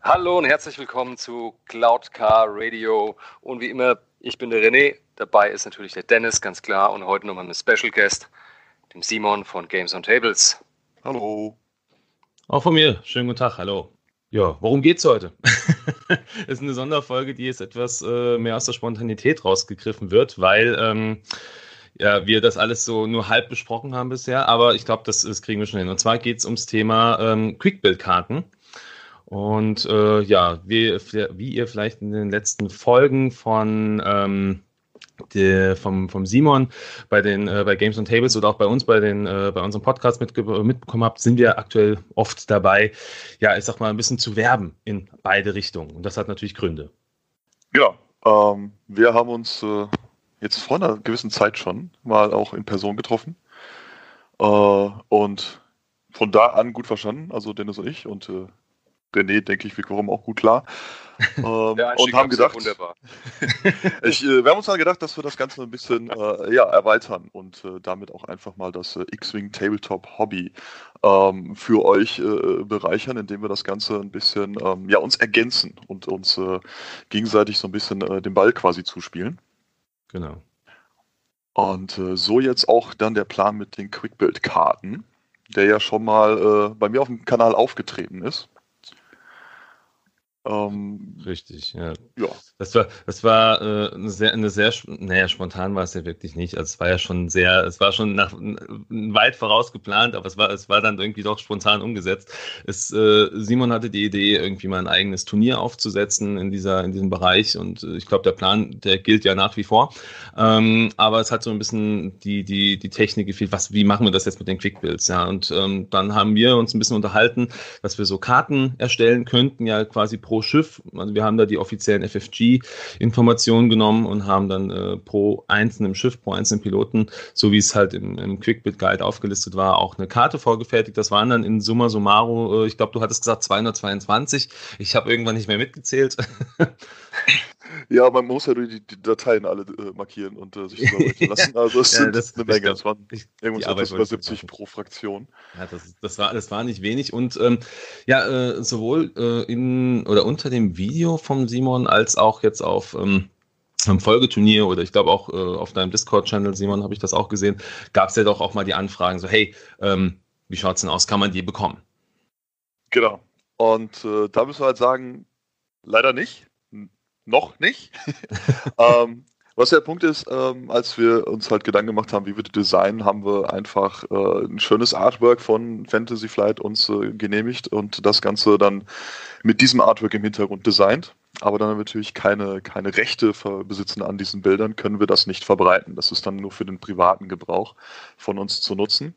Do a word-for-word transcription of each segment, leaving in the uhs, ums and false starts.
Hallo und herzlich willkommen zu Cloud Car Radio. Und wie immer, ich bin der René, dabei ist natürlich der Dennis, ganz klar. Und heute nochmal ein Special Guest, dem Simon von Games on Tables. Hallo. Auch von mir, schönen guten Tag, hallo. Ja, worum geht's heute? Es ist eine Sonderfolge, die jetzt etwas äh, mehr aus der Spontanität rausgegriffen wird, weil ähm, ja, wir das alles so nur halb besprochen haben bisher, aber ich glaube, das, das kriegen wir schon hin. Und zwar geht es ums Thema ähm, Quick-Build-Karten. Und äh, ja, wie, wie ihr vielleicht in den letzten Folgen von ähm, der, vom, vom Simon bei den äh, bei Games on Tables oder auch bei uns bei den äh, bei unserem Podcast mitge- mitbekommen habt, sind wir aktuell oft dabei, ja, ich sag mal, ein bisschen zu werben in beide Richtungen. Und das hat natürlich Gründe. Genau. Ähm, wir haben uns äh, jetzt vor einer gewissen Zeit schon mal auch in Person getroffen. Äh, und von da an gut verstanden, also Dennis und ich und äh, René, denke ich, wir kommen auch gut klar. Ähm, und haben gedacht, wunderbar. ich, äh, wir haben uns dann gedacht, dass wir das Ganze ein bisschen äh, ja, erweitern und äh, damit auch einfach mal das äh, X-Wing Tabletop Hobby ähm, für euch äh, bereichern, indem wir das Ganze ein bisschen ähm, ja, uns ergänzen und uns äh, gegenseitig so ein bisschen äh, den Ball quasi zuspielen. Genau. Und äh, so jetzt auch dann der Plan mit den Quick-Build-Karten, der ja schon mal äh, bei mir auf dem Kanal aufgetreten ist. Ähm, Richtig, ja. ja. Das war, das war äh, eine sehr, eine sehr, naja, spontan war es ja wirklich nicht. Also es war ja schon sehr, es war schon nach weit voraus geplant, aber es war, es war dann irgendwie doch spontan umgesetzt. Es, äh, Simon hatte die Idee, irgendwie mal ein eigenes Turnier aufzusetzen in dieser, in diesem Bereich und äh, ich glaube, der Plan, der gilt ja nach wie vor. Ähm, aber es hat so ein bisschen die, die, die Technik gefehlt. Was, wie machen wir das jetzt mit den Quick-Builds? Ja, und ähm, dann haben wir uns ein bisschen unterhalten, dass wir so Karten erstellen könnten, ja, quasi pro Schiff. Also wir haben da die offiziellen F F G-Informationen genommen und haben dann äh, pro einzelnen Schiff, pro einzelnen Piloten, so wie es halt im, im Quick-Build-Guide aufgelistet war, auch eine Karte vorgefertigt. Das waren dann in summa summarum, äh, ich glaube, du hattest gesagt zweihundertzweiundzwanzig. Ich habe irgendwann nicht mehr mitgezählt. Ja, man muss ja die, die Dateien alle äh, markieren und äh, sich überreichen lassen. Also es Ja, sind das, eine Menge. glaub, Es waren ich, irgendwas etwas über siebzig pro Fraktion. Ja, das, das, war, das war nicht wenig. Und ähm, ja, äh, sowohl äh, in oder unter dem Video vom Simon als auch jetzt auf ähm, einem Folgeturnier oder ich glaube auch äh, auf deinem Discord-Channel, Simon, habe ich das auch gesehen, gab es ja doch auch mal die Anfragen so, hey, ähm, wie schaut's denn aus? Kann man die bekommen? Genau. Und äh, da müssen wir halt sagen, leider nicht. N- noch nicht. ähm, was der Punkt ist, ähm, als wir uns halt Gedanken gemacht haben, wie wir die designen, haben wir einfach äh, ein schönes Artwork von Fantasy Flight uns äh, genehmigt und das Ganze dann mit diesem Artwork im Hintergrund designt. Aber dann natürlich keine, keine Rechte besitzen an diesen Bildern, können wir das nicht verbreiten. Das ist dann nur für den privaten Gebrauch von uns zu nutzen.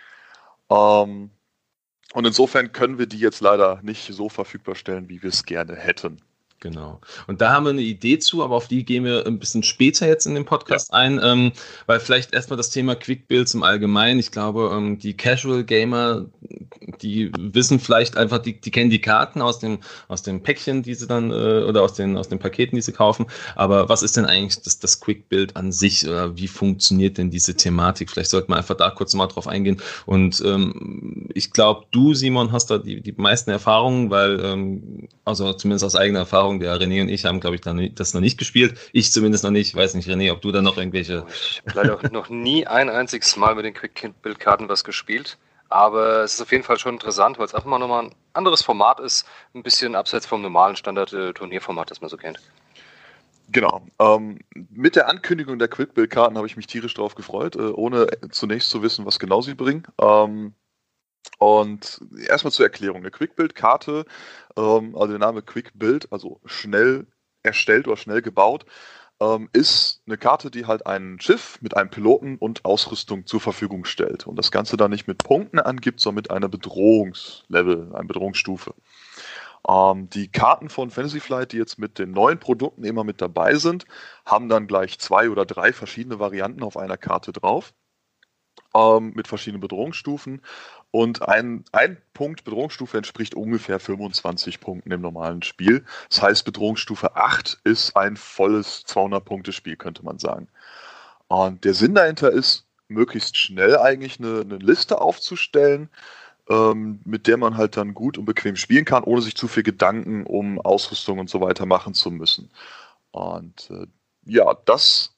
Ähm, und insofern können wir die jetzt leider nicht so verfügbar stellen, wie wir es gerne hätten. Genau. Und da haben wir eine Idee zu, aber auf die gehen wir ein bisschen später jetzt in den Podcast ja. ein, ähm, weil vielleicht erstmal das Thema Quick Builds im Allgemeinen. Ich glaube, ähm, die Casual Gamer, die wissen vielleicht einfach, die, die kennen die Karten aus dem, aus dem Päckchen, die sie dann, äh, oder aus den, aus den Paketen, die sie kaufen. Aber was ist denn eigentlich das, das Quick Build an sich? Oder wie funktioniert denn diese Thematik? Vielleicht sollten wir einfach da kurz mal drauf eingehen. Und ähm, ich glaube, du, Simon, hast da die, die meisten Erfahrungen, weil, ähm, also zumindest aus eigener Erfahrung, der René und ich haben, glaube ich, das noch nicht gespielt. Ich zumindest noch nicht. Ich weiß nicht, René, ob du da noch irgendwelche... Ich habe leider noch nie ein einziges Mal mit den Quick-Build-Karten was gespielt. Aber es ist auf jeden Fall schon interessant, weil es einfach mal nochmal ein anderes Format ist. Ein bisschen abseits vom normalen Standard-Turnierformat, das man so kennt. Genau. Ähm, mit der Ankündigung der Quick-Build-Karten habe ich mich tierisch drauf gefreut, äh, ohne zunächst zu wissen, was genau sie bringen. Ähm, Und erstmal zur Erklärung. Eine Quick-Build-Karte, ähm, also der Name Quick-Build, also schnell erstellt oder schnell gebaut, ähm, ist eine Karte, die halt ein Schiff mit einem Piloten und Ausrüstung zur Verfügung stellt. Und das Ganze dann nicht mit Punkten angibt, sondern mit einer Bedrohungslevel, einer Bedrohungsstufe. Ähm, die Karten von Fantasy Flight, die jetzt mit den neuen Produkten immer mit dabei sind, haben dann gleich zwei oder drei verschiedene Varianten auf einer Karte drauf. Ähm, mit verschiedenen Bedrohungsstufen. Und ein, ein Punkt Bedrohungsstufe entspricht ungefähr fünfundzwanzig Punkten im normalen Spiel. Das heißt, Bedrohungsstufe acht ist ein volles zweihundert-Punkte-Spiel, könnte man sagen. Und der Sinn dahinter ist, möglichst schnell eigentlich eine, eine Liste aufzustellen, ähm, mit der man halt dann gut und bequem spielen kann, ohne sich zu viel Gedanken um Ausrüstung und so weiter machen zu müssen. Und äh, ja, das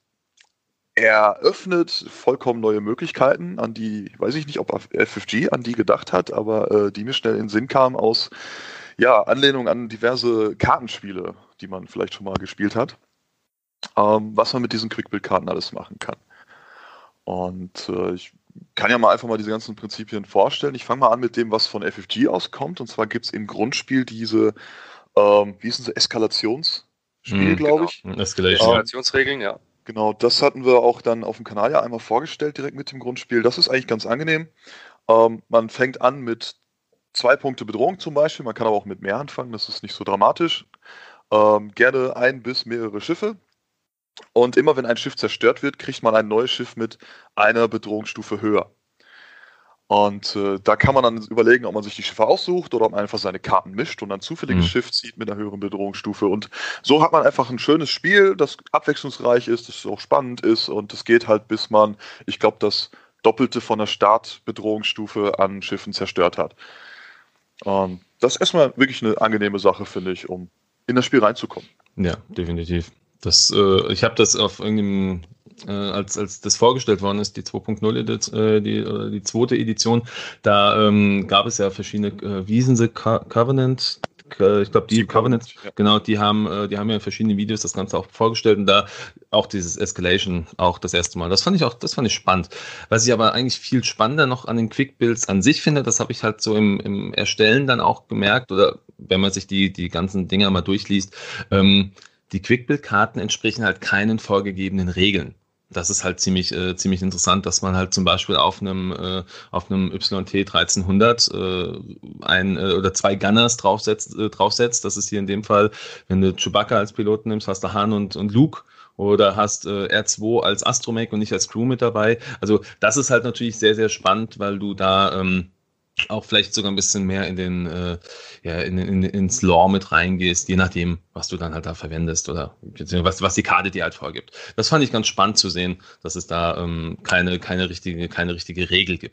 eröffnet vollkommen neue Möglichkeiten, an die, weiß ich nicht, ob F F G an die gedacht hat, aber äh, die mir schnell in den Sinn kamen aus ja, Anlehnung an diverse Kartenspiele, die man vielleicht schon mal gespielt hat, ähm, was man mit diesen Quickbuild-Karten alles machen kann. Und äh, ich kann ja mal einfach mal diese ganzen Prinzipien vorstellen. Ich fange mal an mit dem, was von F F G auskommt. Und zwar gibt es im Grundspiel diese, ähm, wie hießen sie, Eskalationsspiele, Mhm, glaube genau. ich. Escalation. Eskalationsregeln, ja. Genau, das hatten wir auch dann auf dem Kanal ja einmal vorgestellt, direkt mit dem Grundspiel. Das ist eigentlich ganz angenehm. Ähm, man fängt an mit zwei Punkte Bedrohung zum Beispiel, man kann aber auch mit mehr anfangen, das ist nicht so dramatisch. Ähm, gerne ein bis mehrere Schiffe. Und immer wenn ein Schiff zerstört wird, kriegt man ein neues Schiff mit einer Bedrohungsstufe höher. Und äh, da kann man dann überlegen, ob man sich die Schiffe aussucht oder ob man einfach seine Karten mischt und ein zufälliges Mhm. Schiff zieht mit einer höheren Bedrohungsstufe. Und so hat man einfach ein schönes Spiel, das abwechslungsreich ist, das auch spannend ist und es geht halt, bis man, ich glaube, das Doppelte von der Startbedrohungsstufe an Schiffen zerstört hat. Ähm, das ist erstmal wirklich eine angenehme Sache, finde ich, um in das Spiel reinzukommen. Ja, definitiv. Das, äh, ich habe das auf irgendeinem, äh, als, als das vorgestellt worden ist, die zwei Punkt null, Edition, äh, die, oder die zweite Edition, da ähm, gab es ja verschiedene, äh, wie hießen sie, Co Covenant? Äh, Ich glaube, die Team Covenant, Covenant, ja. genau, die haben, äh, die haben ja in verschiedenen Videos das Ganze auch vorgestellt und da auch dieses Escalation auch das erste Mal. Das fand ich auch, das fand ich spannend. Was ich aber eigentlich viel spannender noch an den Quick-Builds an sich finde, das habe ich halt so im, im Erstellen dann auch gemerkt oder wenn man sich die, die ganzen Dinger mal durchliest, ähm, die Quick-Build-Karten entsprechen halt keinen vorgegebenen Regeln. Das ist halt ziemlich, äh, ziemlich interessant, dass man halt zum Beispiel auf einem, äh, auf einem Y T dreizehnhundert äh, ein äh, oder zwei Gunners draufsetzt, äh, draufsetzt. Das ist hier in dem Fall, wenn du Chewbacca als Piloten nimmst, hast du Han und, und Luke. Oder hast äh, R zwei als Astromech und nicht als Crew mit dabei. Also das ist halt natürlich sehr, sehr spannend, weil du da ähm, auch vielleicht sogar ein bisschen mehr in den, äh, ja, in, in, ins Lore mit reingehst, je nachdem, was du dann halt da verwendest oder was, was die Karte dir halt vorgibt. Das fand ich ganz spannend zu sehen, dass es da ähm, keine, keine, richtige, keine richtige Regel gibt.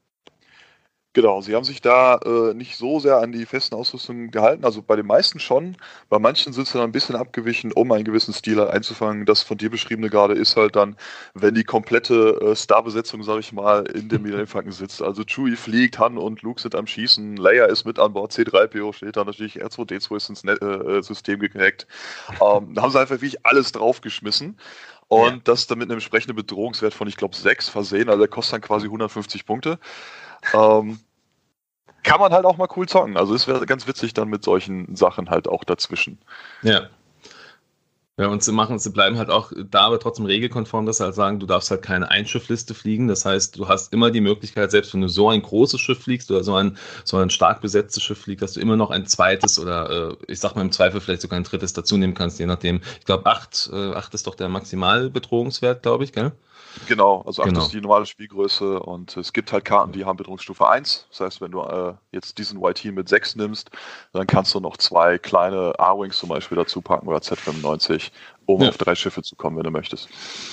Genau, sie haben sich da äh, nicht so sehr an die festen Ausrüstungen gehalten, also bei den meisten schon, bei manchen sind sie dann ein bisschen abgewichen, um einen gewissen Stil halt einzufangen. Das von dir beschriebene gerade ist halt dann, wenn die komplette äh, Starbesetzung, sag ich mal, in dem Millennium-Falcon sitzt. Also Chewie fliegt, Han und Luke sind am Schießen, Leia ist mit an Bord, C drei P O steht da natürlich, R zwei D zwei ist ins Net äh, System gehackt. Ähm, da haben sie einfach wirklich alles draufgeschmissen. Und ja. Das dann mit einem entsprechenden Bedrohungswert von, ich glaube, sechs versehen, also der kostet dann quasi hundertfünfzig Punkte. Ähm, kann man halt auch mal cool zocken. Also es wäre ganz witzig dann mit solchen Sachen halt auch dazwischen. Ja. Ja, und sie machen, sie bleiben halt auch da, aber trotzdem regelkonform, dass sie halt sagen, du darfst halt keine Einschiffliste fliegen. Das heißt, du hast immer die Möglichkeit, selbst wenn du so ein großes Schiff fliegst oder so ein, so ein stark besetztes Schiff fliegst, dass du immer noch ein zweites oder äh, ich sag mal im Zweifel vielleicht sogar ein drittes dazu nehmen kannst, je nachdem. Ich glaube, acht, äh, acht ist doch der Maximalbedrohungswert, glaube ich, gell? Genau, also acht Genau. ist die normale Spielgröße und es gibt halt Karten, die haben Bedrohungsstufe eins. Das heißt, wenn du äh, jetzt diesen Y T mit sechs nimmst, dann kannst du noch zwei kleine A-Wings zum Beispiel dazu packen oder Z fünfundneunzig, um ja. auf drei Schiffe zu kommen, wenn du möchtest.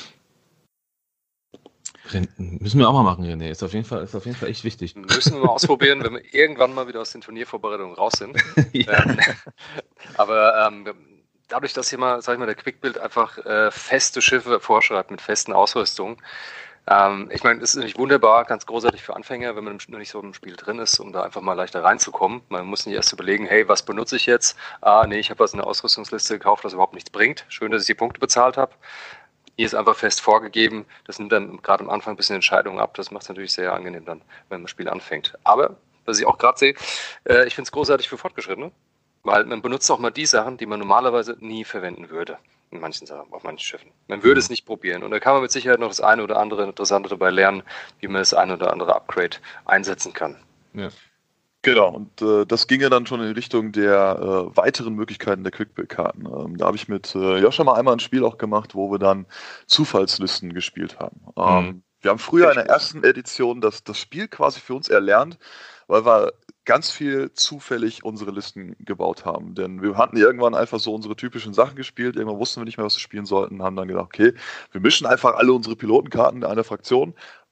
Müssen wir auch mal machen, René. Ist auf jeden Fall, ist auf jeden Fall echt wichtig. Müssen wir mal ausprobieren, wenn wir irgendwann mal wieder aus den Turniervorbereitungen raus sind. Ja. Ähm, aber ähm, dadurch, dass hier mal, sag ich mal, der Quickbuild einfach äh, feste Schiffe vorschreibt mit festen Ausrüstungen. Ähm, ich meine, es ist nicht wunderbar, ganz großartig für Anfänger, wenn man noch nicht so im Spiel drin ist, um da einfach mal leichter reinzukommen. Man muss nicht erst überlegen, hey, was benutze ich jetzt? Ah, nee, ich habe was in der Ausrüstungsliste gekauft, was überhaupt nichts bringt. Schön, dass ich die Punkte bezahlt habe. Hier ist einfach fest vorgegeben. Das nimmt dann gerade am Anfang ein bisschen Entscheidungen ab. Das macht es natürlich sehr angenehm dann, wenn man das Spiel anfängt. Aber, was ich auch gerade sehe, äh, ich finde es großartig für Fortgeschrittene. Weil man benutzt auch mal die Sachen, die man normalerweise nie verwenden würde. In manchen Sachen, auf manchen Schiffen. Man würde mhm. es nicht probieren. Und da kann man mit Sicherheit noch das eine oder andere Interessante dabei lernen, wie man das eine oder andere Upgrade einsetzen kann. Ja. Genau, und äh, das ginge dann schon in Richtung der äh, weiteren Möglichkeiten der Quickbuild-Karten. Ähm, da habe ich mit äh, Joscha mal einmal ein Spiel auch gemacht, wo wir dann Zufallslisten gespielt haben. Ähm, mhm. Wir haben früher in der ersten Edition das, das Spiel quasi für uns erlernt, weil wir ganz viel zufällig unsere Listen gebaut haben. Denn wir hatten irgendwann einfach so unsere typischen Sachen gespielt, irgendwann wussten wir nicht mehr, was wir spielen sollten, haben dann gedacht, okay, wir mischen einfach alle unsere Pilotenkarten in einer Fraktion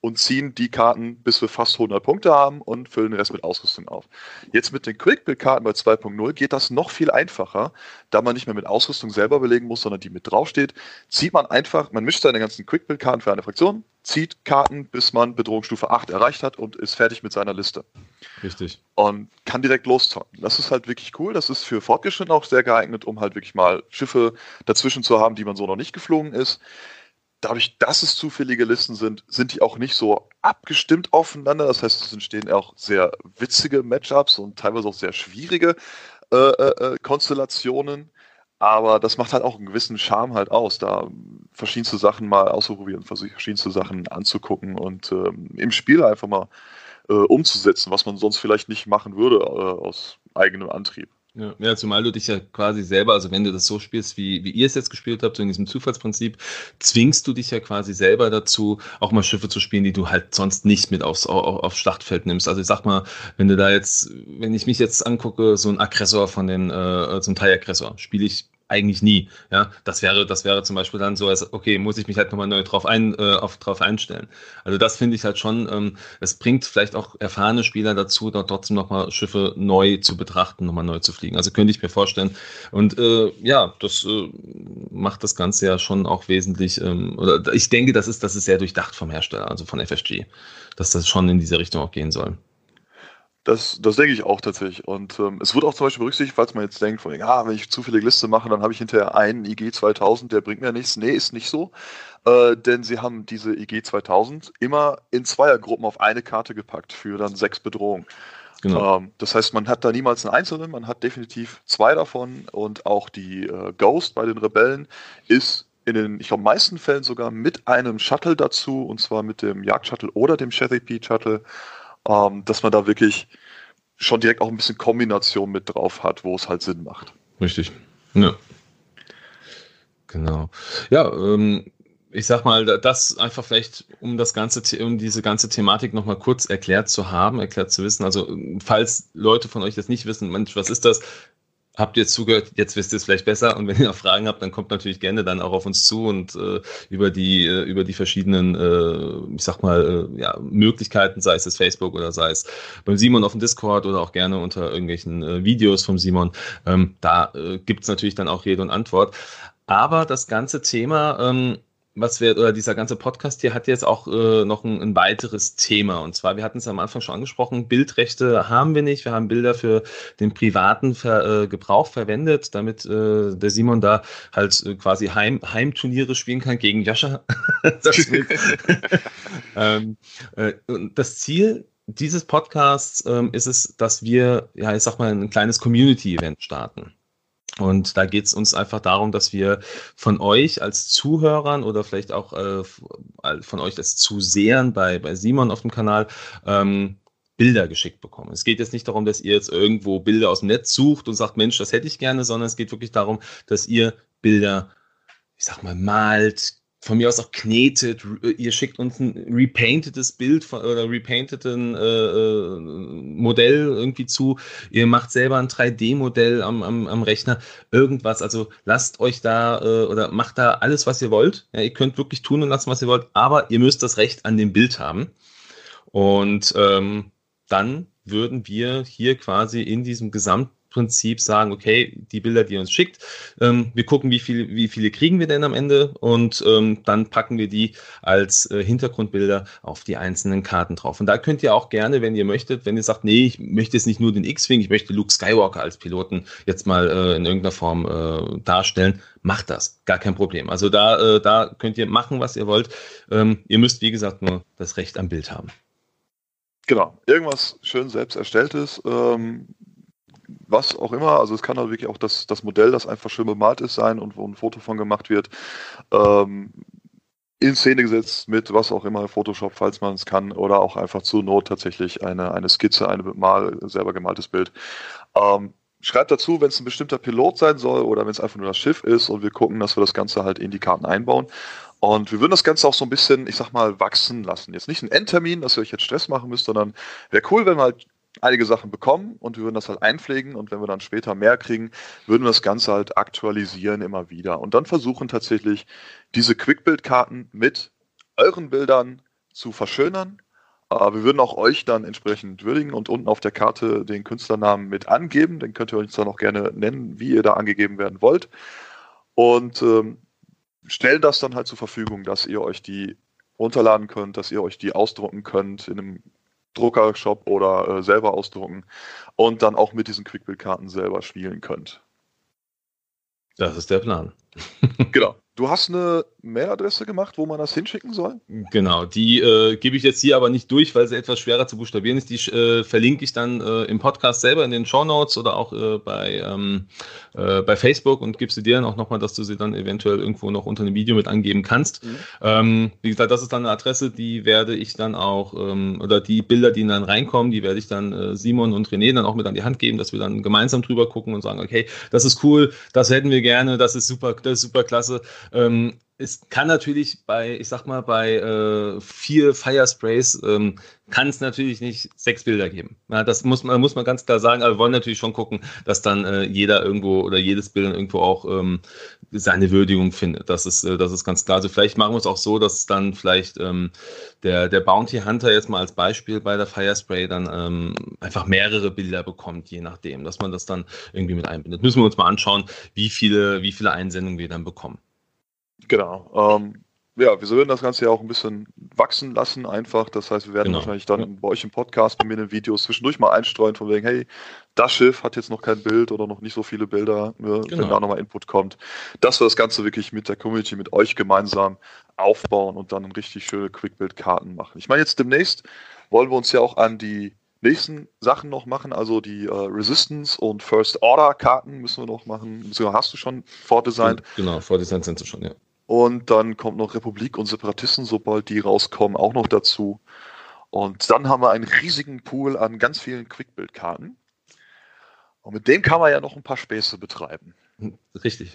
und ziehen die Karten, bis wir fast hundert Punkte haben und füllen den Rest mit Ausrüstung auf. Jetzt mit den Quick-Build-Karten bei zwei Punkt null geht das noch viel einfacher, da man nicht mehr mit Ausrüstung selber belegen muss, sondern die mit draufsteht. Zieht man einfach, man mischt seine ganzen Quick-Build-Karten für eine Fraktion, zieht Karten, bis man Bedrohungsstufe acht erreicht hat und ist fertig mit seiner Liste. Richtig. Und kann direkt loszocken. Das ist halt wirklich cool. Das ist für Fortgeschrittene auch sehr geeignet, um halt wirklich mal Schiffe dazwischen zu haben, die man so noch nicht geflogen ist. Dadurch, dass es zufällige Listen sind, sind die auch nicht so abgestimmt aufeinander. Das heißt, es entstehen auch sehr witzige Matchups und teilweise auch sehr schwierige äh, äh, Konstellationen. Aber das macht halt auch einen gewissen Charme halt aus, da verschiedenste Sachen mal auszuprobieren, verschiedenste Sachen anzugucken und ähm, im Spiel einfach mal äh, umzusetzen, was man sonst vielleicht nicht machen würde äh, aus eigenem Antrieb. Ja, ja, zumal du dich ja quasi selber, also wenn du das so spielst, wie, wie ihr es jetzt gespielt habt, so in diesem Zufallsprinzip, zwingst du dich ja quasi selber dazu, auch mal Schiffe zu spielen, die du halt sonst nicht mit aufs, auf, aufs Schlachtfeld nimmst. Also ich sag mal, wenn du da jetzt, wenn ich mich jetzt angucke, so ein Aggressor von den, äh, so ein Thai-Aggressor, spiele ich eigentlich nie. Ja, das wäre, das wäre zum Beispiel dann so, als okay, muss ich mich halt nochmal neu drauf ein, äh, auf, drauf einstellen. Also das finde ich halt schon, ähm, es bringt vielleicht auch erfahrene Spieler dazu, da trotzdem nochmal Schiffe neu zu betrachten, nochmal neu zu fliegen. Also könnte ich mir vorstellen. Und äh, ja, das äh, macht das Ganze ja schon auch wesentlich, ähm, oder ich denke, das ist, das ist sehr durchdacht vom Hersteller, also von F S G, dass das schon in diese Richtung auch gehen soll. Das, das denke ich auch tatsächlich. Und ähm, es wird auch zum Beispiel berücksichtigt, falls man jetzt denkt, von, ja, wenn ich zufällige Liste mache, dann habe ich hinterher einen I G zweitausend, der bringt mir nichts. Nee, ist nicht so. Äh, denn sie haben diese I G zweitausend immer in Zweiergruppen auf eine Karte gepackt für dann sechs Bedrohungen. Genau. Ähm, das heißt, man hat da niemals einen einzelnen, man hat definitiv zwei davon. Und auch die äh, Ghost bei den Rebellen ist in den, ich glaube, meisten Fällen sogar mit einem Shuttle dazu, und zwar mit dem Jagd-Shuttle oder dem Chesapeake-Shuttle. Ähm, dass man da wirklich schon direkt auch ein bisschen Kombination mit drauf hat, wo es halt Sinn macht. Richtig. Ja. Genau. Ja, ähm, ich sag mal, das einfach vielleicht, um das ganze, um diese ganze Thematik nochmal kurz erklärt zu haben, erklärt zu wissen. Also, falls Leute von euch das nicht wissen, Mensch, was ist das? Habt ihr zugehört, jetzt wisst ihr es vielleicht besser, und wenn ihr noch Fragen habt, dann kommt natürlich gerne dann auch auf uns zu und äh, über die äh, über die verschiedenen, äh, ich sag mal, äh, ja, Möglichkeiten, sei es das Facebook oder sei es beim Simon auf dem Discord oder auch gerne unter irgendwelchen äh, Videos vom Simon, ähm, da äh, gibt es natürlich dann auch Rede und Antwort. Aber das ganze Thema, ähm, was wir, oder dieser ganze Podcast hier hat jetzt auch äh, noch ein, ein weiteres Thema. Und zwar, wir hatten es am Anfang schon angesprochen, Bildrechte haben wir nicht. Wir haben Bilder für den privaten Ver, äh, Gebrauch verwendet, damit äh, der Simon da halt äh, quasi Heim, Heimturniere spielen kann gegen Joscha. das, ähm, äh, und das Ziel dieses Podcasts ähm, ist es, dass wir, ja, ich sag mal, ein kleines Community-Event starten. Und da geht es uns einfach darum, dass wir von euch als Zuhörern oder vielleicht auch äh, von euch als Zusehern bei, bei Simon auf dem Kanal ähm, Bilder geschickt bekommen. Es geht jetzt nicht darum, dass ihr jetzt irgendwo Bilder aus dem Netz sucht und sagt, Mensch, das hätte ich gerne, sondern es geht wirklich darum, dass ihr Bilder, ich sag mal, malt, von mir aus auch knetet, ihr schickt uns ein repaintedes Bild von, oder repainteten äh, Modell irgendwie zu, ihr macht selber ein drei D Modell am, am, am Rechner, irgendwas, also lasst euch da äh, oder macht da alles, was ihr wollt. Ja, ihr könnt wirklich tun und lassen, was ihr wollt, aber ihr müsst das Recht an dem Bild haben. Und ähm, dann würden wir hier quasi in diesem Gesamtprinzip sagen, okay, die Bilder, die ihr uns schickt, ähm, wir gucken, wie viel, wie viele kriegen wir denn am Ende, und ähm, dann packen wir die als äh, Hintergrundbilder auf die einzelnen Karten drauf. Und da könnt ihr auch gerne, wenn ihr möchtet, wenn ihr sagt, nee, ich möchte jetzt nicht nur den X-Wing, ich möchte Luke Skywalker als Piloten jetzt mal äh, in irgendeiner Form äh, darstellen, macht das, gar kein Problem. Also da, äh, da könnt ihr machen, was ihr wollt. Ähm, ihr müsst, wie gesagt, nur das Recht am Bild haben. Genau, irgendwas schön selbst erstelltes, ähm, was auch immer, also es kann auch wirklich auch das, das Modell, das einfach schön bemalt ist, sein und wo ein Foto von gemacht wird, ähm, in Szene gesetzt mit was auch immer, Photoshop, falls man es kann, oder auch einfach zur Not tatsächlich eine, eine Skizze, ein mal selber gemaltes Bild. Ähm, schreibt dazu, wenn es ein bestimmter Pilot sein soll oder wenn es einfach nur das Schiff ist, und wir gucken, dass wir das Ganze halt in die Karten einbauen. Und wir würden das Ganze auch so ein bisschen, ich sag mal, wachsen lassen. Jetzt nicht ein Endtermin, dass ihr euch jetzt Stress machen müsst, sondern wäre cool, wenn wir halt einige Sachen bekommen und wir würden das halt einpflegen, und wenn wir dann später mehr kriegen, würden wir das Ganze halt aktualisieren immer wieder und dann versuchen tatsächlich diese Quick-Build-Karten mit euren Bildern zu verschönern. Äh, wir würden auch euch dann entsprechend würdigen und unten auf der Karte den Künstlernamen mit angeben. Den könnt ihr uns dann auch gerne nennen, wie ihr da angegeben werden wollt. Und ähm, stellen das dann halt zur Verfügung, dass ihr euch die runterladen könnt, dass ihr euch die ausdrucken könnt in einem Druckershop oder äh, selber ausdrucken und dann auch mit diesen Quickbuild-Karten selber spielen könnt. Das ist der Plan. Genau. Du hast eine Mailadresse gemacht, wo man das hinschicken soll? Genau, die äh, gebe ich jetzt hier aber nicht durch, weil sie etwas schwerer zu buchstabieren ist. Die äh, verlinke ich dann äh, im Podcast selber in den Shownotes oder auch äh, bei, ähm, äh, bei Facebook und gebe sie dir dann auch nochmal, dass du sie dann eventuell irgendwo noch unter einem Video mit angeben kannst. Mhm. Ähm, wie gesagt, das ist dann eine Adresse, die werde ich dann auch, ähm, oder die Bilder, die dann reinkommen, die werde ich dann äh, Simon und René dann auch mit an die Hand geben, dass wir dann gemeinsam drüber gucken und sagen, okay, das ist cool, das hätten wir gerne, das ist super, das ist super klasse. Ähm, es kann natürlich bei, ich sag mal, bei äh, vier Firesprays ähm, kann es natürlich nicht sechs Bilder geben. Ja, das muss man, muss man ganz klar sagen, aber wir wollen natürlich schon gucken, dass dann äh, jeder irgendwo oder jedes Bild irgendwo auch ähm, seine Würdigung findet. Das ist, äh, das ist ganz klar. Also vielleicht machen wir es auch so, dass dann vielleicht ähm, der, der Bounty Hunter jetzt mal als Beispiel bei der Firespray dann ähm, einfach mehrere Bilder bekommt, je nachdem, dass man das dann irgendwie mit einbindet. Müssen wir uns mal anschauen, wie viele, wie viele Einsendungen wir dann bekommen. Genau. Ähm, ja, wir würden das Ganze ja auch ein bisschen wachsen lassen einfach. Das heißt, wir werden genau. wahrscheinlich dann ja. bei euch im Podcast, bei mir in den Videos zwischendurch mal einstreuen von wegen, hey, das Schiff hat jetzt noch kein Bild oder noch nicht so viele Bilder, ne, genau. wenn da nochmal Input kommt. Dass wir das Ganze wirklich mit der Community, mit euch gemeinsam aufbauen und dann richtig schöne Quickbuild-Karten machen. Ich meine, jetzt demnächst wollen wir uns ja auch an die nächsten Sachen noch machen, also die äh, Resistance und First Order Karten müssen wir noch machen. Beziehungsweise hast du schon vordesignt? Genau, vordesignt sind sie schon, ja. Und dann kommt noch Republik und Separatisten, sobald die rauskommen, auch noch dazu. Und dann haben wir einen riesigen Pool an ganz vielen Quickbuild-Karten. Und mit dem kann man ja noch ein paar Späße betreiben. Richtig.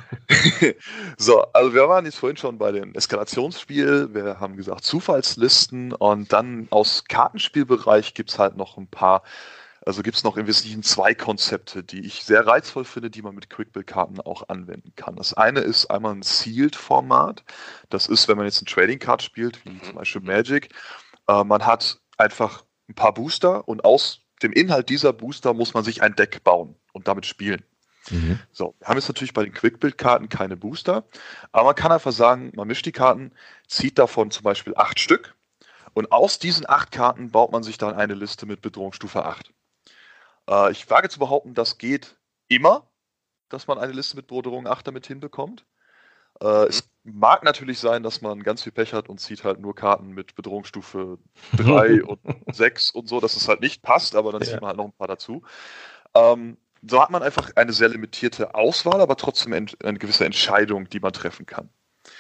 So, also wir waren jetzt vorhin schon bei dem Eskalationsspiel. Wir haben gesagt Zufallslisten. Und dann aus Kartenspielbereich gibt es halt noch ein paar. Also gibt es noch im Wesentlichen zwei Konzepte, die ich sehr reizvoll finde, die man mit Quickbuild-Karten auch anwenden kann. Das eine ist einmal ein Sealed-Format. Das ist, wenn man jetzt ein Trading Card spielt, wie zum Beispiel Magic. Äh, man hat einfach ein paar Booster und aus dem Inhalt dieser Booster muss man sich ein Deck bauen und damit spielen. Mhm. So, wir haben jetzt natürlich bei den Quickbuild-Karten keine Booster, aber man kann einfach sagen, man mischt die Karten, zieht davon zum Beispiel acht Stück und aus diesen acht Karten baut man sich dann eine Liste mit Bedrohungsstufe acht. Ich wage zu behaupten, das geht immer, dass man eine Liste mit Bedrohung acht damit hinbekommt. Äh, es mag natürlich sein, dass man ganz viel Pech hat und zieht halt nur Karten mit Bedrohungsstufe drei und sechs und so, dass es halt nicht passt, aber dann ja. zieht man halt noch ein paar dazu. Ähm, so hat man einfach eine sehr limitierte Auswahl, aber trotzdem ent- eine gewisse Entscheidung, die man treffen kann.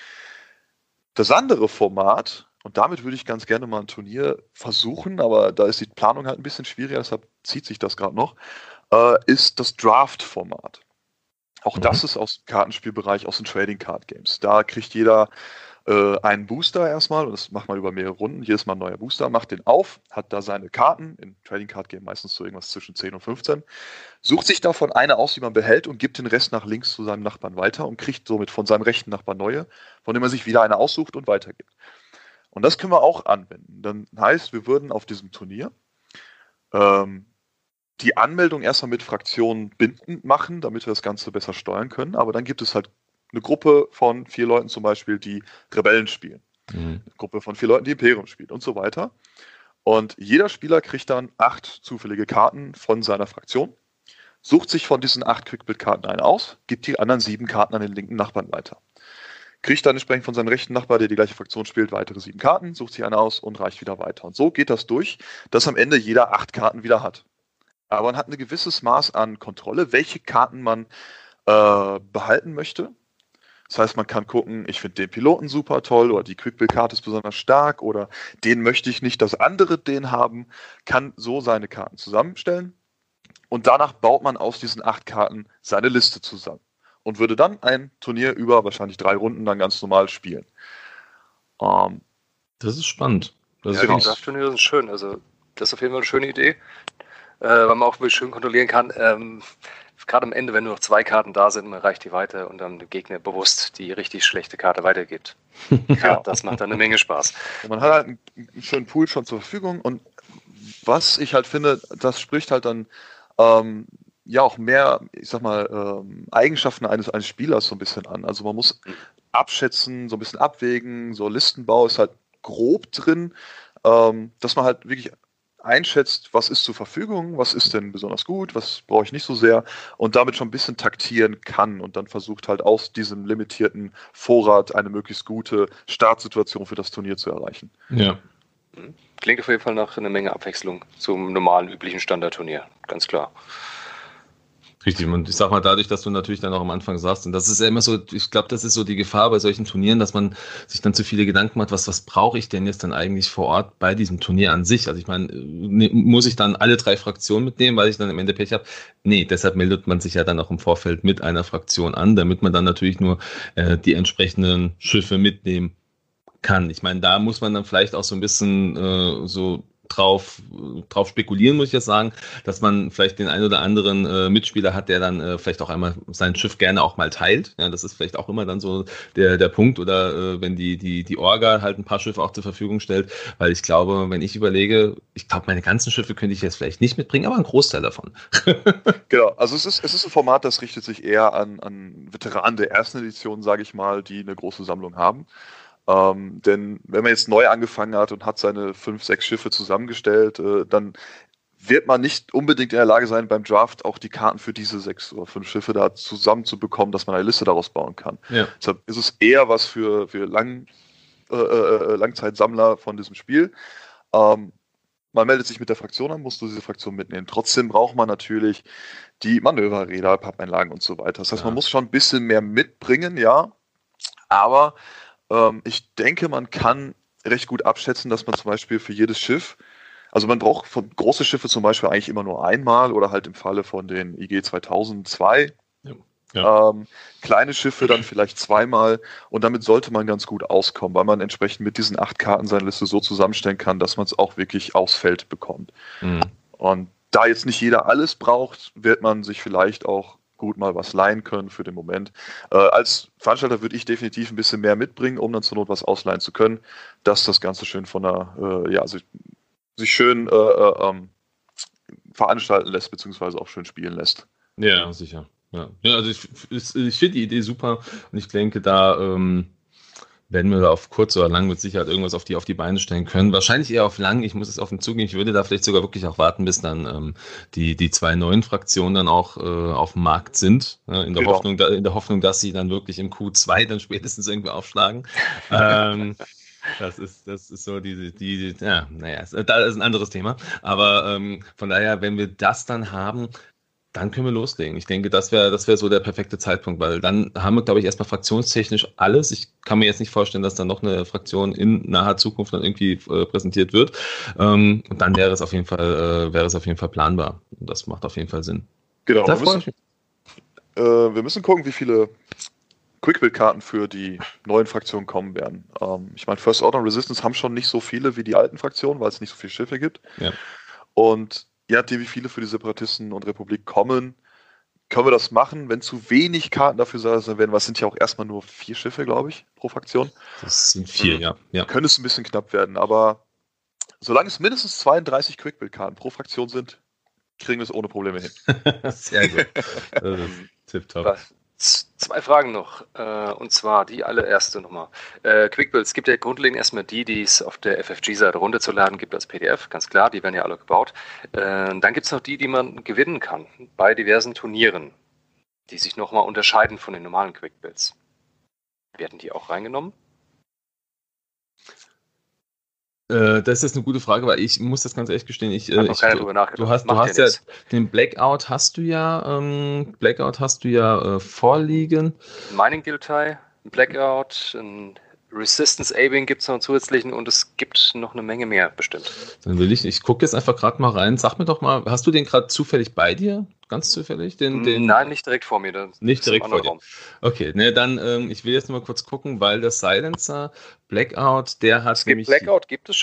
Das andere Format, und damit würde ich ganz gerne mal ein Turnier versuchen, aber da ist die Planung halt ein bisschen schwieriger, deshalb zieht sich das gerade noch, äh, ist das Draft-Format. Auch mhm. das ist aus dem Kartenspielbereich, aus den Trading Card Games. Da kriegt jeder äh, einen Booster erstmal, und das macht man über mehrere Runden, jedes Mal ein neuer Booster, macht den auf, hat da seine Karten, im Trading Card Game meistens so irgendwas zwischen zehn und fünfzehn, sucht sich davon eine aus, die man behält und gibt den Rest nach links zu seinem Nachbarn weiter und kriegt somit von seinem rechten Nachbarn neue, von dem er sich wieder eine aussucht und weitergibt. Und das können wir auch anwenden. Dann heißt, wir würden auf diesem Turnier ähm, die Anmeldung erstmal mit Fraktionen bindend machen, damit wir das Ganze besser steuern können. Aber dann gibt es halt eine Gruppe von vier Leuten zum Beispiel, die Rebellen spielen. Mhm. Eine Gruppe von vier Leuten, die Imperium spielen und so weiter. Und jeder Spieler kriegt dann acht zufällige Karten von seiner Fraktion, sucht sich von diesen acht Quickbuild-Karten eine aus, gibt die anderen sieben Karten an den linken Nachbarn weiter. Kriegt dann entsprechend von seinem rechten Nachbar, der die gleiche Fraktion spielt, weitere sieben Karten, sucht sich eine aus und reicht wieder weiter. Und so geht das durch, dass am Ende jeder acht Karten wieder hat. Aber man hat ein gewisses Maß an Kontrolle, welche Karten man äh, behalten möchte. Das heißt, man kann gucken, ich finde den Piloten super toll oder die Quickbuild-Karte ist besonders stark oder den möchte ich nicht, dass andere den haben, kann so seine Karten zusammenstellen und danach baut man aus diesen acht Karten seine Liste zusammen. Und würde dann ein Turnier über wahrscheinlich drei Runden dann ganz normal spielen. Ähm, das ist spannend. Das ja, genau. Das Turnier ist schön. Also das ist auf jeden Fall eine schöne Idee, äh, weil man auch wirklich schön kontrollieren kann, ähm, gerade am Ende, wenn nur noch zwei Karten da sind, man reicht die weiter und dann dem Gegner bewusst die richtig schlechte Karte weitergibt. Ja, das macht dann eine Menge Spaß. Und man hat halt einen, einen schönen Pool schon zur Verfügung und was ich halt finde, das spricht halt dann ähm, ja auch mehr, ich sag mal, ähm, Eigenschaften eines, eines Spielers so ein bisschen an. Also man muss abschätzen, so ein bisschen abwägen, so Listenbau ist halt grob drin, ähm, dass man halt wirklich einschätzt, was ist zur Verfügung, was ist denn besonders gut, was brauche ich nicht so sehr und damit schon ein bisschen taktieren kann und dann versucht halt aus diesem limitierten Vorrat eine möglichst gute Startsituation für das Turnier zu erreichen. Ja. Klingt auf jeden Fall nach einer Menge Abwechslung zum normalen, üblichen Standardturnier, ganz klar. Richtig, und ich sag mal, dadurch, dass du natürlich dann auch am Anfang sagst, und das ist ja immer so, ich glaube, das ist so die Gefahr bei solchen Turnieren, dass man sich dann zu viele Gedanken macht, was, was brauche ich denn jetzt dann eigentlich vor Ort bei diesem Turnier an sich? Also ich meine, muss ich dann alle drei Fraktionen mitnehmen, weil ich dann am Ende Pech habe? Nee, deshalb meldet man sich ja dann auch im Vorfeld mit einer Fraktion an, damit man dann natürlich nur äh, die entsprechenden Schiffe mitnehmen kann. Ich meine, da muss man dann vielleicht auch so ein bisschen äh, so drauf, drauf spekulieren, muss ich jetzt sagen, dass man vielleicht den ein oder anderen äh, Mitspieler hat, der dann äh, vielleicht auch einmal sein Schiff gerne auch mal teilt. Ja, das ist vielleicht auch immer dann so der, der Punkt oder äh, wenn die, die, die Orga halt ein paar Schiffe auch zur Verfügung stellt, weil ich glaube, wenn ich überlege, ich glaube, meine ganzen Schiffe könnte ich jetzt vielleicht nicht mitbringen, aber einen Großteil davon. Genau, also es ist, es ist ein Format, das richtet sich eher an, an Veteranen der ersten Edition, sage ich mal, die eine große Sammlung haben. Ähm, denn wenn man jetzt neu angefangen hat und hat seine fünf, sechs Schiffe zusammengestellt, äh, dann wird man nicht unbedingt in der Lage sein, beim Draft auch die Karten für diese sechs oder fünf Schiffe da zusammenzubekommen, dass man eine Liste daraus bauen kann. Ja. Deshalb ist es eher was für, für Lang, äh, äh, Langzeitsammler von diesem Spiel. Ähm, man meldet sich mit der Fraktion an, musst du diese Fraktion mitnehmen. Trotzdem braucht man natürlich die Manöverräder, Pappeinlagen und so weiter. Das heißt, Ja. man muss schon ein bisschen mehr mitbringen, ja, aber ich denke, man kann recht gut abschätzen, dass man zum Beispiel für jedes Schiff, also man braucht von große Schiffe zum Beispiel eigentlich immer nur einmal oder halt im Falle von den I G zweitausend zwei. Ja. Ja. Ähm, kleine Schiffe dann vielleicht zweimal und damit sollte man ganz gut auskommen, weil man entsprechend mit diesen acht Karten seine Liste so zusammenstellen kann, dass man es auch wirklich aufs Feld bekommt. Mhm. Und da jetzt nicht jeder alles braucht, wird man sich vielleicht auch gut mal was leihen können für den Moment. Äh, als Veranstalter würde ich definitiv ein bisschen mehr mitbringen, um dann zur Not was ausleihen zu können, dass das Ganze schön von der, äh, ja, sich, sich schön äh, äh, ähm, veranstalten lässt, beziehungsweise auch schön spielen lässt. Ja, sicher. Ja, ja also ich, ich, ich finde die Idee super und ich denke, da ähm, werden wir da auf kurz oder lang mit Sicherheit irgendwas auf die, auf die Beine stellen können. Wahrscheinlich eher auf lang, ich muss es auf den Zug gehen. Ich würde da vielleicht sogar wirklich auch warten, bis dann ähm, die, die zwei neuen Fraktionen dann auch äh, auf dem Markt sind. Ja, in, der Genau. Hoffnung, da, in der Hoffnung, dass sie dann wirklich im Q zwei dann spätestens irgendwie aufschlagen. ähm, Das ist, das ist so diese, die, ja, naja, das ist ein anderes Thema. Aber ähm, von daher, wenn wir das dann haben, dann können wir loslegen. Ich denke, das wäre das wäre so der perfekte Zeitpunkt, weil dann haben wir, glaube ich, erstmal fraktionstechnisch alles. Ich kann mir jetzt nicht vorstellen, dass dann noch eine Fraktion in naher Zukunft dann irgendwie äh, präsentiert wird. Ähm, und dann wäre es auf jeden Fall, äh, wäre es auf jeden Fall planbar. Und das macht auf jeden Fall Sinn. Genau, Da wir freue müssen, ich mich. äh, wir müssen gucken, wie viele Quick-Build-Karten für die neuen Fraktionen kommen werden. Ähm, ich meine, First Order und Resistance haben schon nicht so viele wie die alten Fraktionen, weil es nicht so viele Schiffe gibt. Ja. Und je nachdem, wie viele für die Separatisten und Republik kommen, können wir das machen. Wenn zu wenig Karten dafür sein werden, was sind ja auch erstmal nur vier Schiffe, glaube ich, pro Fraktion. Das sind vier, Mhm. ja. ja. Könnte es ein bisschen knapp werden, aber solange es mindestens zweiunddreißig Quick-Build-Karten pro Fraktion sind, kriegen wir es ohne Probleme hin. Sehr gut. Das ist tipptopp. Was? Z- Zwei Fragen noch, äh, und zwar die allererste nochmal. Äh, Quickbuilds gibt ja grundlegend erstmal die, die es auf der F F G-Seite runterzuladen gibt als P D F, ganz klar, die werden ja alle gebaut. Äh, dann gibt es noch die, die man gewinnen kann bei diversen Turnieren, die sich nochmal unterscheiden von den normalen Quickbuilds. Werden die auch reingenommen? Äh, das ist eine gute Frage, weil ich muss das ganz ehrlich gestehen, ich, äh, Hat noch ich keiner drüber nachgedacht. du hast, du Macht hast ja ja, nichts. den Blackout hast du ja, ähm, Blackout hast du ja äh, vorliegen. Mining Guild-Tie, ein Blackout, ein Resistance Abing gibt es noch einen zusätzlichen und es gibt noch eine Menge mehr bestimmt. Dann will ich, ich gucke jetzt einfach gerade mal rein. Sag mir doch mal, hast du den gerade zufällig bei dir? Ganz zufällig? Den, den, Nein, nicht direkt vor mir. Das Nicht ist im direkt vor anderen dir. Raum. Okay, ne, dann, ähm, ich will jetzt mal kurz gucken, weil der Silencer Blackout, der hat Es gibt nämlich. Blackout, gibt es schon.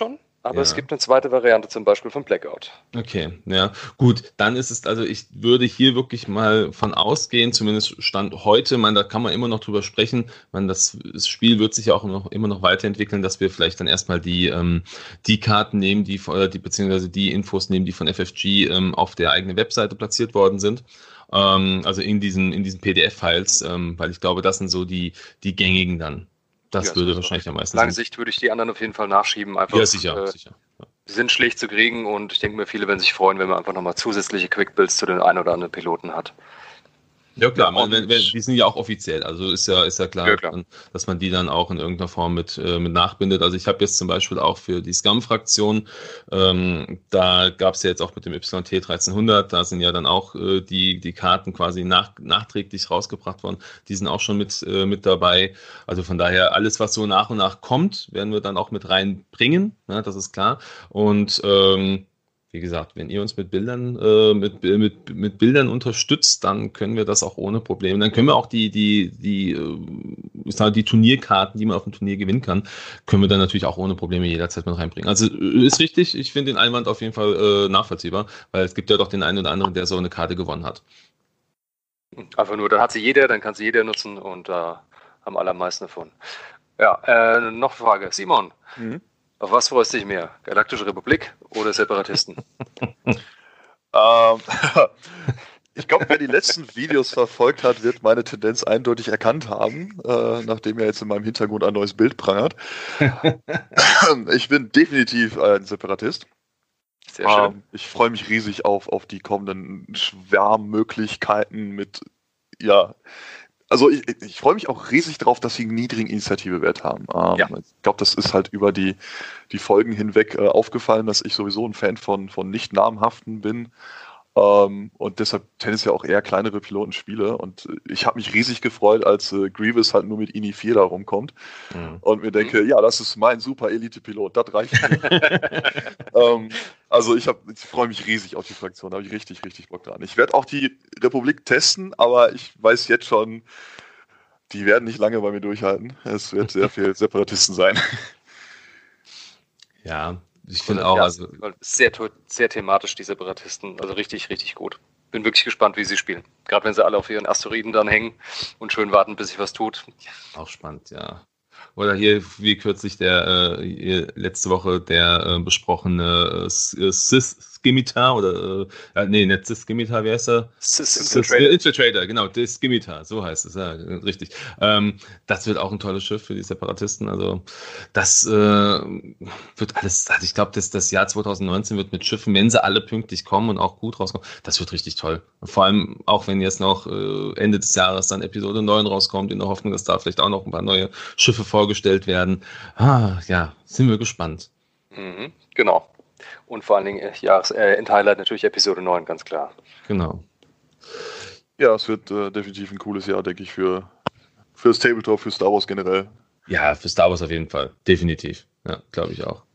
aber Ja. es gibt eine zweite Variante, zum Beispiel von Blackout. Okay, ja, gut, dann ist es, also ich würde hier wirklich mal von ausgehen, zumindest Stand heute, man, da kann man immer noch drüber sprechen, man, das, das Spiel wird sich ja auch immer noch, immer noch weiterentwickeln, dass wir vielleicht dann erstmal die, ähm, die Karten nehmen, die, oder die, beziehungsweise die Infos nehmen, die von F F G ähm, auf der eigenen Webseite platziert worden sind. Ähm, also in diesen, in diesen P D F-Files, ähm, weil ich glaube, das sind so die, die gängigen dann. Das Ja, würde so wahrscheinlich am meisten lange Sinn. Sicht würde ich die anderen auf jeden Fall nachschieben. Einfach, Ja, sicher, äh, sicher. Ja. Die sind schlecht zu kriegen und ich denke mir, viele werden sich freuen, wenn man einfach nochmal zusätzliche Quick-Builds zu den ein oder anderen Piloten hat. Ja klar, Ja, man, und- wenn, wenn, die sind ja auch offiziell, also ist ja, ist ja klar, Ja, klar. dann, dass man die dann auch in irgendeiner Form mit, äh, mit nachbindet. Also ich habe jetzt zum Beispiel auch für die Scum-Fraktion, ähm, da gab es ja jetzt auch mit dem Y T dreizehnhundert, da sind ja dann auch äh, die, die Karten quasi nach, nachträglich rausgebracht worden, die sind auch schon mit, äh, mit dabei. Also von daher, alles, was so nach und nach kommt, werden wir dann auch mit reinbringen, ne, das ist klar. Und ähm, wie gesagt, wenn ihr uns mit Bildern, äh, mit, mit, mit Bildern unterstützt, dann können wir das auch ohne Probleme. Dann können wir auch die, die, die, äh, ich sage, die Turnierkarten, die man auf dem Turnier gewinnen kann, können wir dann natürlich auch ohne Probleme jederzeit mit reinbringen. Also äh, ist richtig, ich finde den Einwand auf jeden Fall äh, nachvollziehbar, weil es gibt ja doch den einen oder anderen, der so eine Karte gewonnen hat. Einfach nur, dann hat sie jeder, dann kann sie jeder nutzen und da äh, haben alle am meisten davon. Ja, äh, noch eine Frage. Simon, Mhm. auf was freust du dich mehr? Galaktische Republik oder Separatisten? Ähm, ich glaube, wer die letzten Videos verfolgt hat, wird meine Tendenz eindeutig erkannt haben, äh, nachdem ja jetzt in meinem Hintergrund ein neues Bild prangert. Ich bin definitiv ein Separatist. Sehr schön. Ähm, ich freue mich riesig auf, auf die kommenden Schwärmmöglichkeiten mit, ja, also ich, ich freue mich auch riesig darauf, dass sie einen niedrigen Initiativewert haben. Ähm, Ja. Ich glaube, das ist halt über die, die Folgen hinweg äh, aufgefallen, dass ich sowieso ein Fan von, von nicht namhaften bin. Ähm, und deshalb tendenziell auch eher kleinere Piloten spiele. Und äh, ich habe mich riesig gefreut, als äh, Grievous halt nur mit I N I vier da rumkommt Mhm. und mir denke, ja, das ist mein super Elite-Pilot, das reicht mir. ähm, also ich, hab- ich freue mich riesig auf die Fraktion, da habe ich richtig, richtig Bock dran. Ich werde auch die Republik testen, aber ich weiß jetzt schon, die werden nicht lange bei mir durchhalten. Es wird sehr viel Separatisten sein. Ja, ich finde auch, ja, also sehr, sehr thematisch, die Separatisten. Also richtig, richtig gut. Bin wirklich gespannt, wie sie spielen. Gerade wenn sie alle auf ihren Asteroiden dann hängen und schön warten, bis sich was tut. auch spannend, ja. Oder hier, wie kürzlich der, äh, hier letzte Woche der äh, besprochene äh, Cis-Skimitar oder, äh, ja, nee, nicht Cis-Skimitar, wie heißt er? Cis Infiltrator. Infiltrator, genau, der Skimitar, so heißt es, ja, richtig. Ähm, das wird auch ein tolles Schiff für die Separatisten, also das äh, wird alles, also ich glaube, das, das Jahr zwanzig neunzehn wird mit Schiffen, wenn sie alle pünktlich kommen und auch gut rauskommen, das wird richtig toll. Vor allem auch, wenn jetzt noch äh, Ende des Jahres dann Episode neun rauskommt, in der Hoffnung, dass da vielleicht auch noch ein paar neue Schiffe vorgestellt werden. Ah, ja, sind wir gespannt. Mhm, genau. Und vor allen Dingen, äh, Jahres, äh, End-Highlight natürlich Episode neun, ganz klar. Genau. Ja, es wird äh, definitiv ein cooles Jahr, denke ich, für, für das Tabletop, für Star Wars generell. Ja, für Star Wars auf jeden Fall. Definitiv. Ja, glaube ich auch.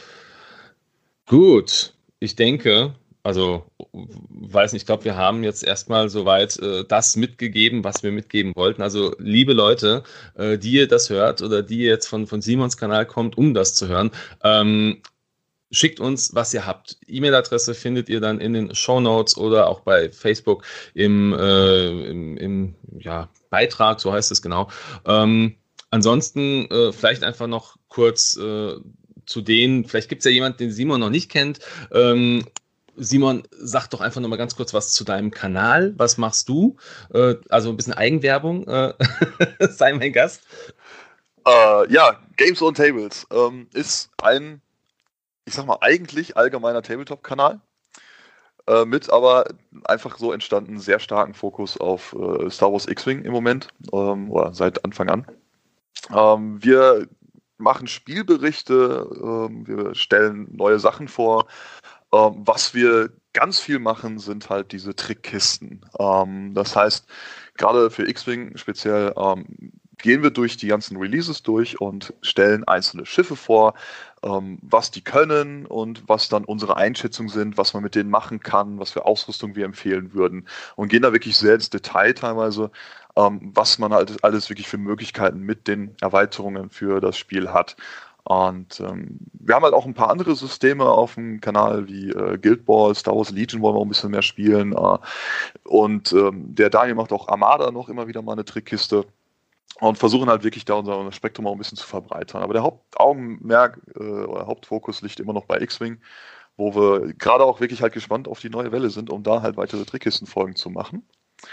Gut. Ich denke, also, weiß nicht, ich glaube, wir haben jetzt erstmal soweit äh, das mitgegeben, was wir mitgeben wollten. Also, liebe Leute, äh, die ihr das hört oder die jetzt von, von Simons Kanal kommt, um das zu hören, ähm, schickt uns, was ihr habt. E-Mail-Adresse findet ihr dann in den Shownotes oder auch bei Facebook im, äh, im, im ja, Beitrag, so heißt es genau. Ähm, ansonsten äh, vielleicht einfach noch kurz äh, zu denen, vielleicht gibt es ja jemanden, den Simon noch nicht kennt. Ähm, Simon, sag doch einfach nochmal ganz kurz was zu deinem Kanal. Was machst du? Äh, also ein bisschen Eigenwerbung. Äh, sei mein Gast. Äh, ja, Games on Tables ähm, ist ein, ich sag mal, eigentlich allgemeiner Tabletop-Kanal. Äh, mit aber einfach so entstanden sehr starken Fokus auf äh, Star Wars X-Wing im Moment, ähm, oder seit Anfang an. Ähm, wir machen Spielberichte, ähm, wir stellen neue Sachen vor. Ähm, was wir ganz viel machen, sind halt diese Trickkisten. Ähm, das heißt, gerade für X-Wing speziell ähm, gehen wir durch die ganzen Releases durch und stellen einzelne Schiffe vor, ähm, was die können und was dann unsere Einschätzungen sind, was man mit denen machen kann, was für Ausrüstung wir empfehlen würden und gehen da wirklich sehr ins Detail teilweise, ähm, was man halt alles wirklich für Möglichkeiten mit den Erweiterungen für das Spiel hat. Und ähm, wir haben halt auch ein paar andere Systeme auf dem Kanal, wie äh, Guild Ball, Star Wars Legion wollen wir auch ein bisschen mehr spielen. Äh, und ähm, der Daniel macht auch Armada noch immer wieder mal eine Trickkiste. Und versuchen halt wirklich da unser Spektrum auch ein bisschen zu verbreitern. Aber der Hauptaugenmerk äh, oder Hauptfokus liegt immer noch bei X-Wing, wo wir gerade auch wirklich halt gespannt auf die neue Welle sind, um da halt weitere Trickkistenfolgen zu machen.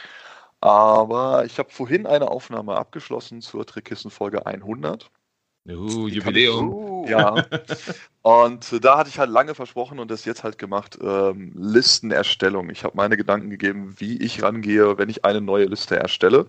Aber ich habe vorhin eine Aufnahme abgeschlossen zur Trickkistenfolge hundert. Uh, Jubiläum. Uh. Ja. Und äh, da hatte ich halt lange versprochen und das jetzt halt gemacht, ähm, Listenerstellung. Ich habe meine Gedanken gegeben, wie ich rangehe, wenn ich eine neue Liste erstelle.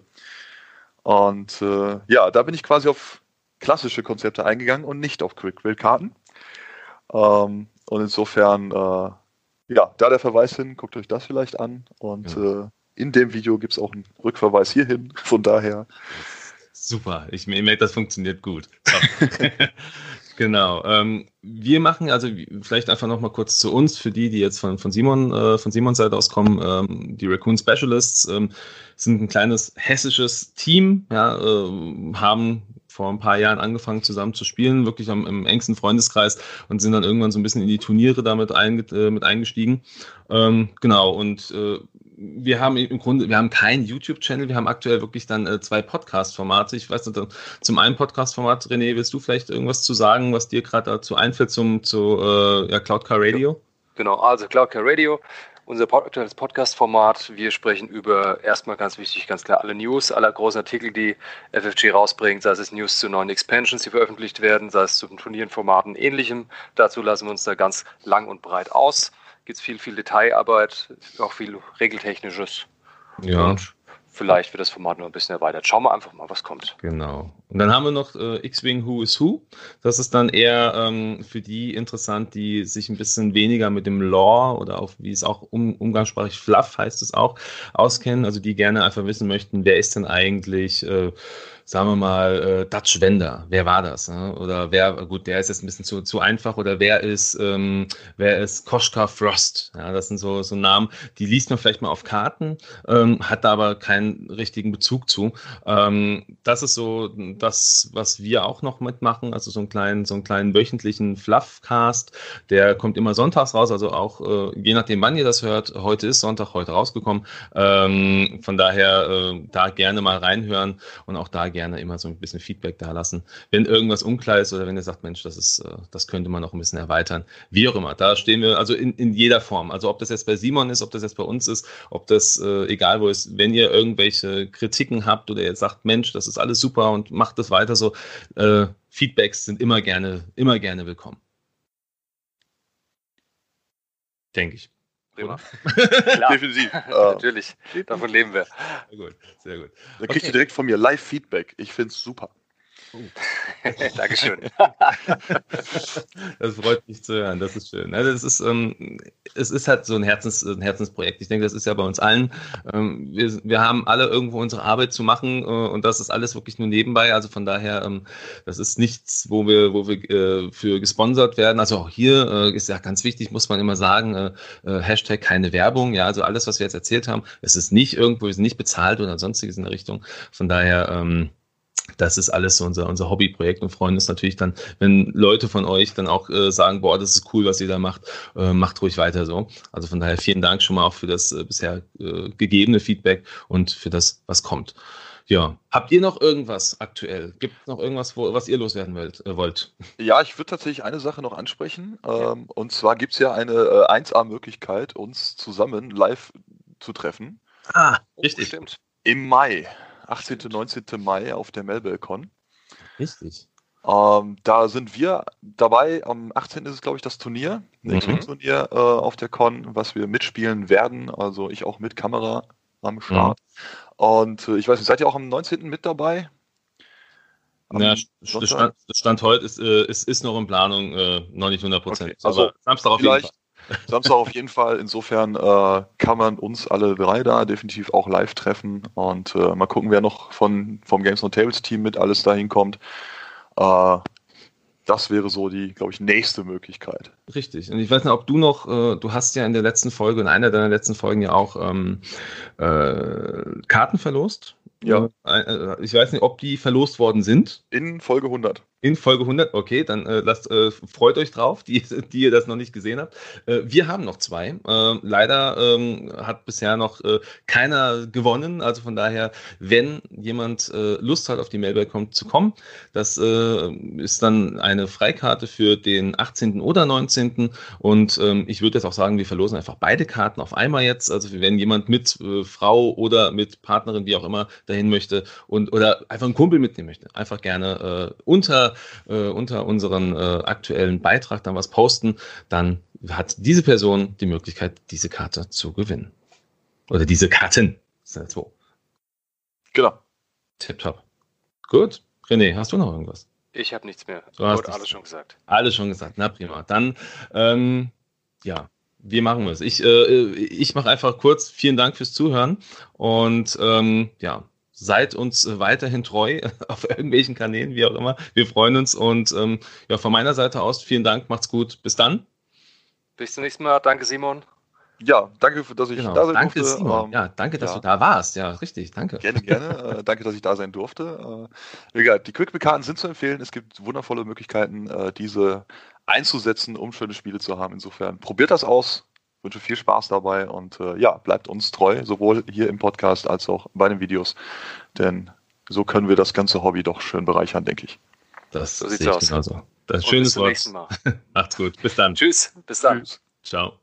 Und äh, ja, da bin ich quasi auf klassische Konzepte eingegangen und nicht auf Quick-Build-Karten. Ähm, und insofern, äh, ja, da der Verweis hin, guckt euch das vielleicht an. Und ja. äh, in dem Video gibt es auch einen Rückverweis hierhin. Von daher. Super, ich merke, das funktioniert gut. Genau. Ähm, wir machen, also vielleicht einfach noch mal kurz zu uns, für die, die jetzt von, von Simon, äh, von Simons Seite aus kommen, ähm, die Raccoon Specialists ähm, sind ein kleines hessisches Team, ja, äh, haben vor ein paar Jahren angefangen zusammen zu spielen, wirklich am, im engsten Freundeskreis und sind dann irgendwann so ein bisschen in die Turniere damit einge, äh, mit eingestiegen. Ähm, genau, und äh, wir haben im Grunde, wir haben keinen YouTube-Channel, wir haben aktuell wirklich dann äh, zwei Podcast-Formate. Ich weiß nicht, zum einen Podcast-Format, René, willst du vielleicht irgendwas zu sagen, was dir gerade dazu einfällt zum zu äh, ja, Cloud Car Radio? Genau, also Cloud Car Radio, unser aktuelles Podcast-Format. Wir sprechen über, erstmal ganz wichtig, ganz klar, alle News, alle großen Artikel, die F F G rausbringt, sei es News zu neuen Expansions, die veröffentlicht werden, sei es zu Turnierformaten, ähnlichem. Dazu lassen wir uns da ganz lang und breit aus. Gibt es viel, viel Detailarbeit, auch viel Regeltechnisches. Ja. Und vielleicht wird das Format noch ein bisschen erweitert. Schauen wir einfach mal, was kommt. Genau. Und dann haben wir noch äh, X-Wing Who is Who. Das ist dann eher ähm, für die interessant, die sich ein bisschen weniger mit dem Lore oder auch, wie es auch um, umgangssprachlich Fluff heißt es auch, auskennen. Also die gerne einfach wissen möchten, wer ist denn eigentlich, äh, sagen wir mal, äh, Dutch Wender. Wer war das? Ne? Oder wer, gut, der ist jetzt ein bisschen zu, zu einfach. Oder wer ist, ähm, wer ist Koshka Frost? Ja, das sind so, so Namen, die liest man vielleicht mal auf Karten, ähm, hat da aber keinen richtigen Bezug zu. Ähm, das ist so das, was wir auch noch mitmachen. Also so einen kleinen, so einen kleinen wöchentlichen Fluffcast. Der kommt immer sonntags raus. Also auch, äh, je nachdem, wann ihr das hört. Heute ist Sonntag, heute rausgekommen. Ähm, von daher äh, da gerne mal reinhören und auch da gerne immer so ein bisschen Feedback da lassen. Wenn irgendwas unklar ist oder wenn ihr sagt, Mensch, das ist, das könnte man noch ein bisschen erweitern. Wie auch immer. Da stehen wir also in, in jeder Form. Also ob das jetzt bei Simon ist, ob das jetzt bei uns ist, ob das äh, egal wo ist, wenn ihr irgendwelche Kritiken habt oder ihr sagt, Mensch, das ist alles super und macht das weiter so, äh, Feedbacks sind immer gerne, immer gerne willkommen. Denke ich. Prima. Klar. Definitiv. Natürlich. Davon leben wir. Sehr gut, sehr gut. Dann kriegst okay. du direkt von mir Live-Feedback. Ich finde es super. Oh. Dankeschön. Das freut mich zu hören, das ist schön. Also es, ist, ähm, es ist halt so ein, Herzens, ein Herzensprojekt. Ich denke, das ist ja bei uns allen. Ähm, wir, wir haben alle irgendwo unsere Arbeit zu machen äh, und das ist alles wirklich nur nebenbei. Also von daher, ähm, das ist nichts, wo wir, wo wir äh, für gesponsert werden. Also auch hier äh, ist ja ganz wichtig, muss man immer sagen, äh, äh, Hashtag keine Werbung. Ja, also alles, was wir jetzt erzählt haben, es ist nicht irgendwo, wir sind nicht bezahlt oder sonstiges in der Richtung. Von daher, ähm, das ist alles so unser, unser Hobbyprojekt und freuen uns natürlich dann, wenn Leute von euch dann auch äh, sagen, boah, das ist cool, was ihr da macht, äh, macht ruhig weiter so. Also von daher vielen Dank schon mal auch für das äh, bisher äh, gegebene Feedback und für das, was kommt. Ja, habt ihr noch irgendwas aktuell? Gibt es noch irgendwas, wo, was ihr loswerden wollt? Äh, wollt? Ja, ich würde tatsächlich eine Sache noch ansprechen. Ähm, und zwar gibt es ja eine äh, eins A-Möglichkeit, uns zusammen live zu treffen. Ah, richtig. Stimmt. Im Mai. achtzehnten, neunzehnten Mai auf der MelbleCon. Richtig. Ähm, da sind wir dabei. Am achtzehnten ist es, glaube ich, das Turnier, ein X-Wing-Turnier äh, auf der Con, was wir mitspielen werden. Also ich auch mit Kamera am Start. Mhm. Und äh, ich weiß nicht, seid ihr auch am neunzehnten mit dabei? Am ja, das Stand, Stand heute ist, äh, ist, ist noch in Planung, äh, noch nicht hundert Prozent. Okay. Also aber Samstag auf jeden Fall. Samstag auf jeden Fall. Insofern äh, kann man uns alle drei da definitiv auch live treffen und äh, mal gucken, wer noch von, vom Games on Tables Team mit alles dahin kommt. Äh, das wäre so die, glaube ich, nächste Möglichkeit. Richtig. Und ich weiß nicht, ob du noch, äh, du hast ja in der letzten Folge, in einer deiner letzten Folgen ja auch ähm, äh, Karten verlost. Ja. Äh, ich weiß nicht, ob die verlost worden sind. In Folge hundert. In Folge hundert, okay, dann äh, lasst, äh, freut euch drauf, die, die ihr das noch nicht gesehen habt. Äh, wir haben noch zwei. Äh, leider ähm, hat bisher noch äh, keiner gewonnen. Also von daher, wenn jemand äh, Lust hat, auf die Mailbag zu kommen, das äh, ist dann eine Freikarte für den achtzehnten oder neunzehnten Und ähm, ich würde jetzt auch sagen, wir verlosen einfach beide Karten auf einmal jetzt. Also wenn jemand mit äh, Frau oder mit Partnerin, wie auch immer, dahin möchte und oder einfach einen Kumpel mitnehmen möchte, einfach gerne äh, unter Äh, unter unseren äh, aktuellen Beitrag dann was posten, dann hat diese Person die Möglichkeit, diese Karte zu gewinnen. Oder diese Karten. Das sind zwei. Genau. Tipptopp. Gut. René, hast du noch irgendwas? Ich habe nichts mehr. Du hast Wurde alles schon gesagt. Alles schon gesagt. Na prima. Dann, ähm, ja, wie machen wir es? Ich, äh, ich mache einfach kurz vielen Dank fürs Zuhören und ähm, ja, seid uns weiterhin treu auf irgendwelchen Kanälen, wie auch immer. Wir freuen uns und ähm, ja, von meiner Seite aus vielen Dank, macht's gut. Bis dann. Bis zum nächsten Mal. Danke, Simon. Ja, danke, dass ich Genau. da sein danke, durfte. Simon. Ähm, ja, danke, dass ja. du da warst. Ja, richtig, danke. Gerne, gerne. äh, danke, dass ich da sein durfte. Äh, egal, die Quickpick-Karten sind zu empfehlen. Es gibt wundervolle Möglichkeiten, äh, diese einzusetzen, um schöne Spiele zu haben. Insofern probiert das aus. Ich wünsche viel Spaß dabei und äh, ja, bleibt uns treu, sowohl hier im Podcast als auch bei den Videos. Denn so können wir das ganze Hobby doch schön bereichern, denke ich. Das so sehe sieht's ich aus. genauso. Das ist ein Und schönes bis zum Wort. nächsten Mal. Macht's gut. Bis dann. Tschüss. Bis dann. Tschüss. Ciao.